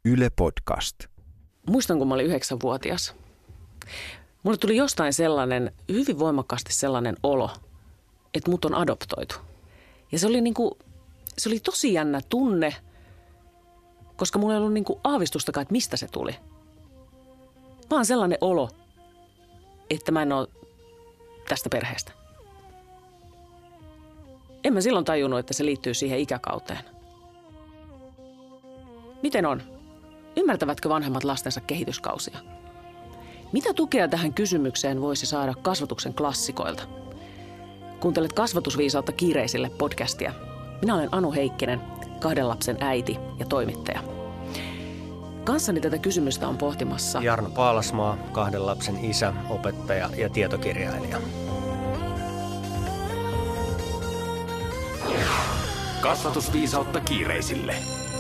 Yle Podcast. Muistan, kun mä olin 9-vuotias. Mulle tuli jostain hyvin voimakkaasti sellainen olo, että mut on adoptoitu. Ja se oli tosi jännä tunne, koska mulla ei ollut aavistustakaan, että mistä se tuli. Vaan sellainen olo, että mä en ole tästä perheestä. En mä silloin tajunnut, että se liittyy siihen ikäkauteen. Miten on? Ymmärtävätkö vanhemmat lastensa kehityskausia? Mitä tukea tähän kysymykseen voisi saada kasvatuksen klassikoilta? Kuuntelet Kasvatusviisautta kiireisille podcastia. Minä olen Anu Heikkinen, 2 lapsen äiti ja toimittaja. Kanssani tätä kysymystä on pohtimassa Jarno Paalasmaa, 2 lapsen isä, opettaja ja tietokirjailija. Kasvatusviisautta kiireisille.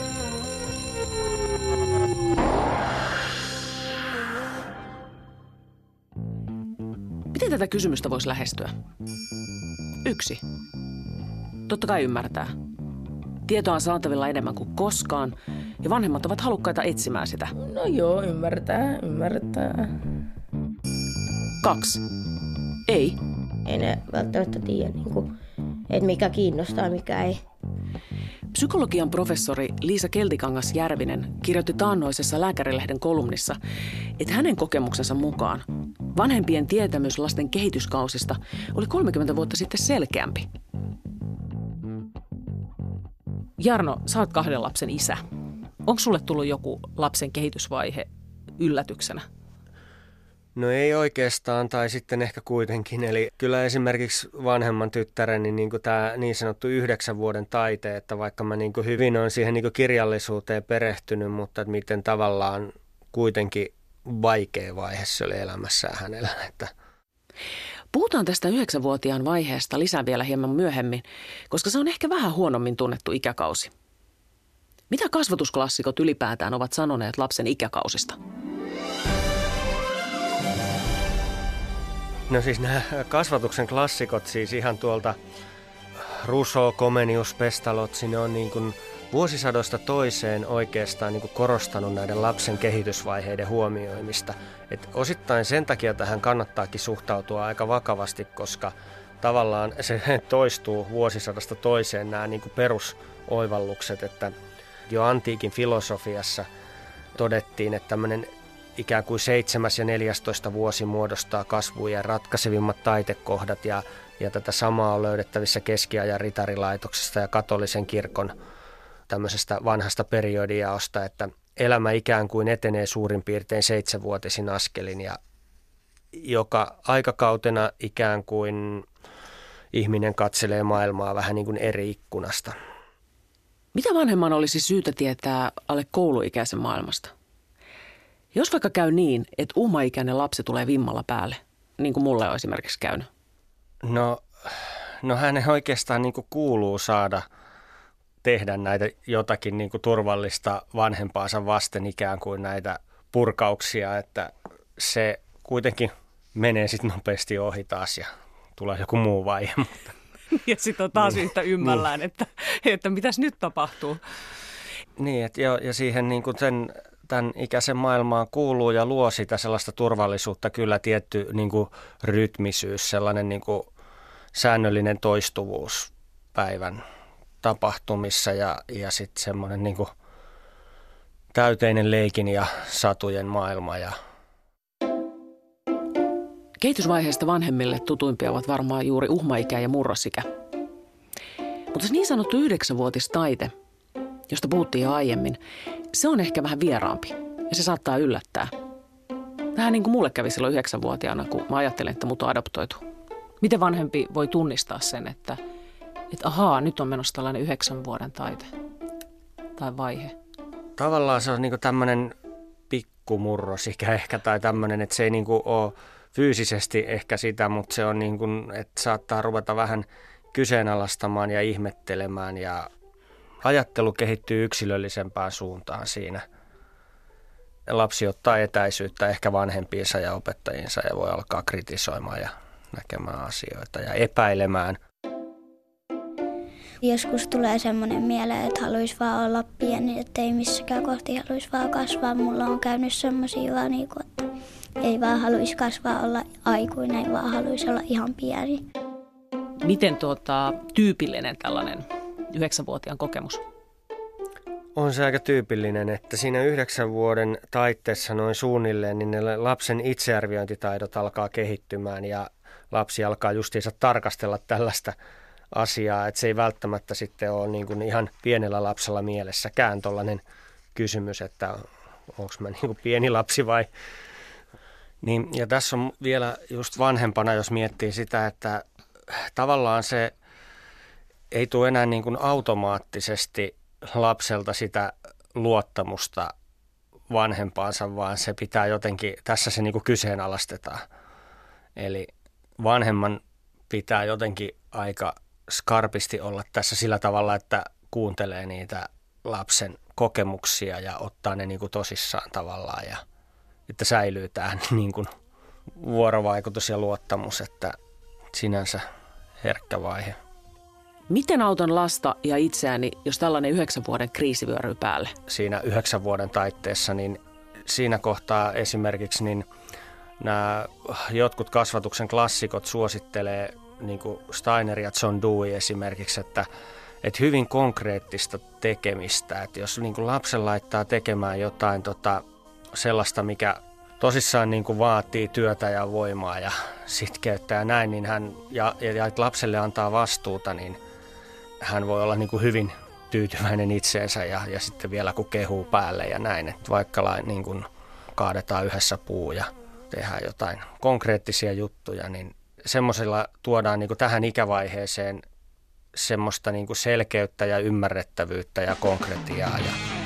Miten tätä kysymystä voisi lähestyä? 1. Totta kai ymmärtää. Tietoa on saatavilla enemmän kuin koskaan, ja vanhemmat ovat halukkaita etsimään sitä. No joo, ymmärtää. 2. Ei. Ei ne välttämättä tiedä, että mikä kiinnostaa, mikä ei. Psykologian professori Liisa Keltikangas-Järvinen kirjoitti taannoisessa Lääkärilehden kolumnissa, että hänen kokemuksensa mukaan vanhempien tietämys lasten kehityskausista oli 30 vuotta sitten selkeämpi. Jarno, sä oot 2 lapsen isä. Onko sulle tullut joku lapsen kehitysvaihe yllätyksenä? No ei oikeastaan, tai sitten ehkä kuitenkin. Eli kyllä esimerkiksi vanhemman tyttäreni tämä niin sanottu 9 vuoden taite, että vaikka mä hyvin olen siihen kirjallisuuteen perehtynyt, mutta että miten tavallaan kuitenkin vaikea vaihe se oli elämässään hänellä. Puhutaan tästä 9-vuotiaan vaiheesta lisää vielä hieman myöhemmin, koska se on ehkä vähän huonommin tunnettu ikäkausi. Mitä kasvatusklassikot ylipäätään ovat sanoneet lapsen ikäkausista? No siis nämä kasvatuksen klassikot, siis ihan tuolta Rousseau, Comenius, Pestalozzi, ne on vuosisadosta toiseen oikeastaan korostanut näiden lapsen kehitysvaiheiden huomioimista. Et osittain sen takia tähän kannattaakin suhtautua aika vakavasti, koska tavallaan se toistuu vuosisadasta toiseen nämä perusoivallukset, että jo antiikin filosofiassa todettiin, että tämmöinen ikään kuin 7. ja 14. vuosi muodostaa kasvujen ratkaisevimmat taitekohdat ja tätä samaa on löydettävissä keskiajan ritarilaitoksesta ja katolisen kirkon tämmöisestä vanhasta periodiaosta, että elämä ikään kuin etenee suurin piirtein 7-vuotisin askelin ja joka aikakautena ikään kuin ihminen katselee maailmaa vähän eri ikkunasta. Mitä vanhemman olisi syytä tietää alle kouluikäisen maailmasta? Jos vaikka käy niin, että uhmaikäinen lapsi tulee vimmalla päälle, niin kuin mulle on esimerkiksi käynyt. No hänen oikeastaan kuuluu saada tehdä näitä jotakin turvallista vanhempaansa vasten ikään kuin näitä purkauksia, että se kuitenkin menee sitten nopeasti ohi taas ja tulee joku muu vaihe. Ja sitten on taas yhtä ymmällään, että mitäs nyt tapahtuu. Niin, ja siihen tämän ikäisen maailmaan kuuluu ja luo sitä sellaista turvallisuutta kyllä tietty rytmisyys, sellainen säännöllinen toistuvuus päivän tapahtumissa ja sitten semmoinen täyteinen leikin ja satujen maailma. Kehitysvaiheesta vanhemmille tutuimpia ovat varmaan juuri uhmaikä ja murrosikä. Mutta se niin sanottu 9-vuotistaite, josta puhuttiin jo aiemmin, se on ehkä vähän vieraampi ja se saattaa yllättää. Vähän niin kuin mulle kävi silloin 9-vuotiaana, kun mä ajattelin, että mut on adoptoitu. Miten vanhempi voi tunnistaa sen, että ahaa, nyt on menossa tällainen 9 vuoden taite tai vaihe? Tavallaan se on tämmöinen pikkumurrosikä ehkä tai tämmöinen, että se ei ole fyysisesti ehkä sitä, mutta se on että saattaa ruveta vähän kyseenalaistamaan ja ihmettelemään ja ajattelu kehittyy yksilöllisempään suuntaan siinä. Lapsi ottaa etäisyyttä ehkä vanhempiinsa ja opettajiinsa ja voi alkaa kritisoimaan ja näkemään asioita ja epäilemään. Joskus tulee semmoinen mieleen, että haluaisi vaan olla pieni, että ei missäkään kohti haluaisi vaan kasvaa. Mulla on käynyt semmoisia vaan, että ei vaan haluaisi kasvaa olla aikuinen, vaan haluaisi olla ihan pieni. Miten tyypillinen tällainen 9-vuotiaan kokemus? On se aika tyypillinen, että siinä 9 vuoden taitteessa noin suunnilleen, niin ne lapsen itsearviointitaidot alkaa kehittymään ja lapsi alkaa justiinsa tarkastella tällaista asiaa, että se ei välttämättä sitten ole niin kuin ihan pienellä lapsella mielessäkään tollainen kysymys, että onko mä niin kuin pieni lapsi vai. Niin, ja tässä on vielä just vanhempana, jos miettii sitä, että tavallaan se ei tule enää niin kuin automaattisesti lapselta sitä luottamusta vanhempaansa, vaan se pitää jotenkin, tässä se niin kuin kyseenalaistetaan. Eli vanhemman pitää jotenkin aika skarpisti olla tässä sillä tavalla, että kuuntelee niitä lapsen kokemuksia ja ottaa ne niin kuin tosissaan tavallaan ja että säilyy tämä niin kuin vuorovaikutus ja luottamus, että sinänsä herkkä vaihe. Miten autan lasta ja itseäni, jos tällainen 9 vuoden kriisi vyöryy päälle? Siinä 9 vuoden taitteessa, niin siinä kohtaa esimerkiksi niin nämä jotkut kasvatuksen klassikot suosittelee, niin kuin Steiner ja John Dewey esimerkiksi, että hyvin konkreettista tekemistä. Että jos niin kuin lapsen laittaa tekemään jotain sellaista, mikä tosissaan niin kuin vaatii työtä ja voimaa ja sitkeyttä ja näin, niin ja lapselle antaa vastuuta, niin hän voi olla niin kuin hyvin tyytyväinen itseensä ja sitten vielä kun kehuu päälle ja näin. Että vaikka niin kuin kaadetaan yhdessä puu ja tehdään jotain konkreettisia juttuja, niin semmoisella tuodaan niin kuin tähän ikävaiheeseen semmoista niin kuin selkeyttä ja ymmärrettävyyttä ja konkretiaa.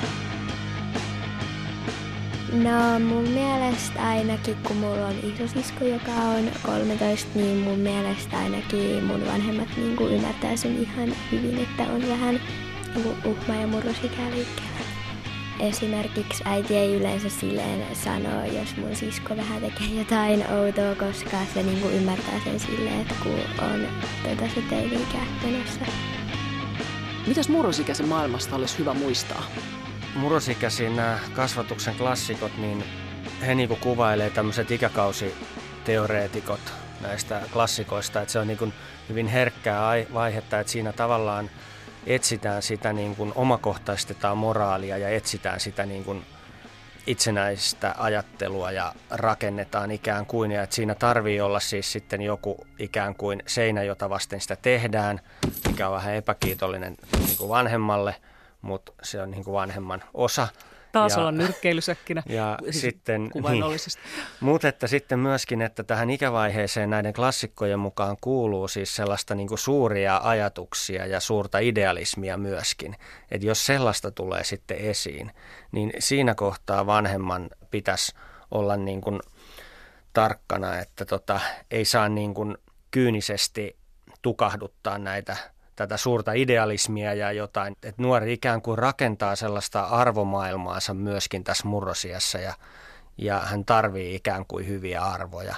No mun mielestä ainakin, kun mulla on isosisko, joka on 13, niin mun mielestä ainakin mun vanhemmat niin kuin ymmärtää sen ihan hyvin, että on vähän niin kuin uhma- ja murrosikää liikkeellä. Esimerkiksi äiti ei yleensä silleen sano, jos mun sisko vähän tekee jotain outoa, koska se niin kuin ymmärtää sen silleen, että kun on se teini-ikä menossa. Mitäs murrosikäisen maailmasta olisi hyvä muistaa? Murrosikäisiin nämä kasvatuksen klassikot, niin he niin kuin kuvailee tämmöiset ikäkausiteoreetikot näistä klassikoista, että se on niin kuin hyvin herkkää vaihetta, että siinä tavallaan etsitään sitä niin kuin omakohtaistetaan moraalia ja etsitään sitä niin kuin itsenäistä ajattelua ja rakennetaan ikään kuin, ja että siinä tarvii olla siis sitten joku ikään kuin seinä, jota vasten sitä tehdään, mikä on vähän epäkiitollinen niin kuin vanhemmalle, mutta se on niin kuin vanhemman osa. Taas ollaan nyrkkeilysäkkinä. Ja siis sitten, kuvainnollisesti. Mutta että sitten myöskin, että tähän ikävaiheeseen näiden klassikkojen mukaan kuuluu siis sellaista niin kuin suuria ajatuksia ja suurta idealismia myöskin. Että jos sellaista tulee sitten esiin, niin siinä kohtaa vanhemman pitäisi olla niin kuin tarkkana, että ei saa niin kuin kyynisesti tukahduttaa tätä suurta idealismia ja jotain, että nuori ikään kuin rakentaa sellaista arvomaailmaansa myöskin tässä murrosiässä ja hän tarvii ikään kuin hyviä arvoja.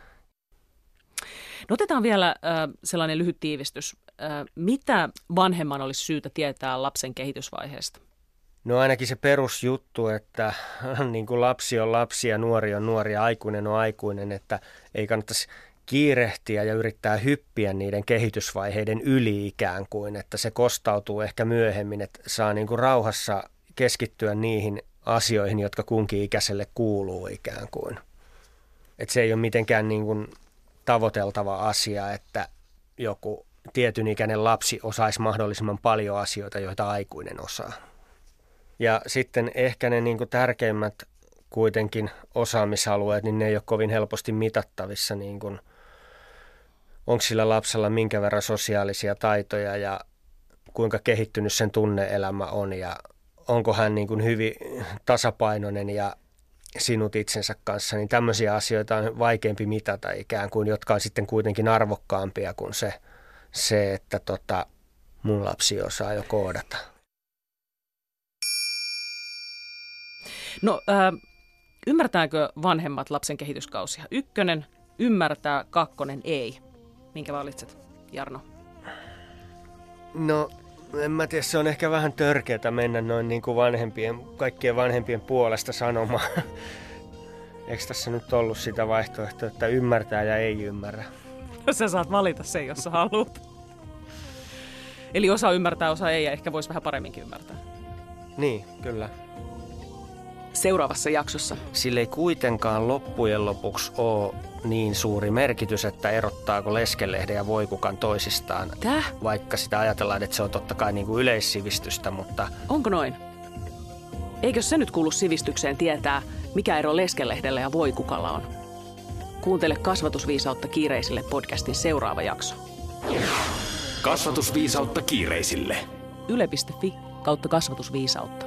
No otetaan vielä sellainen lyhyt tiivistys. Mitä vanhemman olisi syytä tietää lapsen kehitysvaiheesta? No ainakin se perusjuttu, että niin kuin lapsi on lapsi ja nuori on nuori ja aikuinen on aikuinen, että ei kannattaisi kiirehtiä ja yrittää hyppiä niiden kehitysvaiheiden yli ikään kuin, että se kostautuu ehkä myöhemmin, että saa niin kuin rauhassa keskittyä niihin asioihin, jotka kunkin ikäiselle kuuluu ikään kuin. Että se ei ole mitenkään niin kuin tavoiteltava asia, että joku tietyn ikäinen lapsi osaisi mahdollisimman paljon asioita, joita aikuinen osaa. Ja sitten ehkä ne niin kuin tärkeimmät kuitenkin osaamisalueet, niin ne ei ole kovin helposti mitattavissa, niin kuin onko sillä lapsella minkä verran sosiaalisia taitoja ja kuinka kehittynyt sen tunne-elämä on ja onko hän niin kuin hyvin tasapainoinen ja sinut itsensä kanssa, niin tämmöisiä asioita on vaikeampi mitata ikään kuin, jotka on sitten kuitenkin arvokkaampia kuin se että mun lapsi osaa jo koodata. No ymmärtääkö vanhemmat lapsen kehityskausia? 1 ymmärtää, 2 ei. Minkä valitset, Jarno? No En mä tiedä, se on ehkä vähän törkeätä mennä noin niin kuin kaikkien vanhempien puolesta sanomaan. Eikö tässä nyt ollut sitä vaihtoehtoa, että ymmärtää ja ei ymmärrä? Sä saat valita sen, jos sä haluat. Eli osa ymmärtää, osa ei ja ehkä voisi vähän paremminkin ymmärtää. Niin, kyllä. Seuraavassa jaksossa. Sillä ei kuitenkaan loppujen lopuksi ole niin suuri merkitys, että erottaako leskelehden ja voikukan toisistaan. Täh? Vaikka sitä ajatellaan, että se on totta kai niin kuin yleissivistystä, mutta... Onko noin? Eikö se nyt kuulu sivistykseen tietää, mikä ero leskelehdellä ja voikukalla on? Kuuntele Kasvatusviisautta kiireisille podcastin seuraava jakso. Kasvatusviisautta kiireisille. Yle.fi/kasvatusviisautta.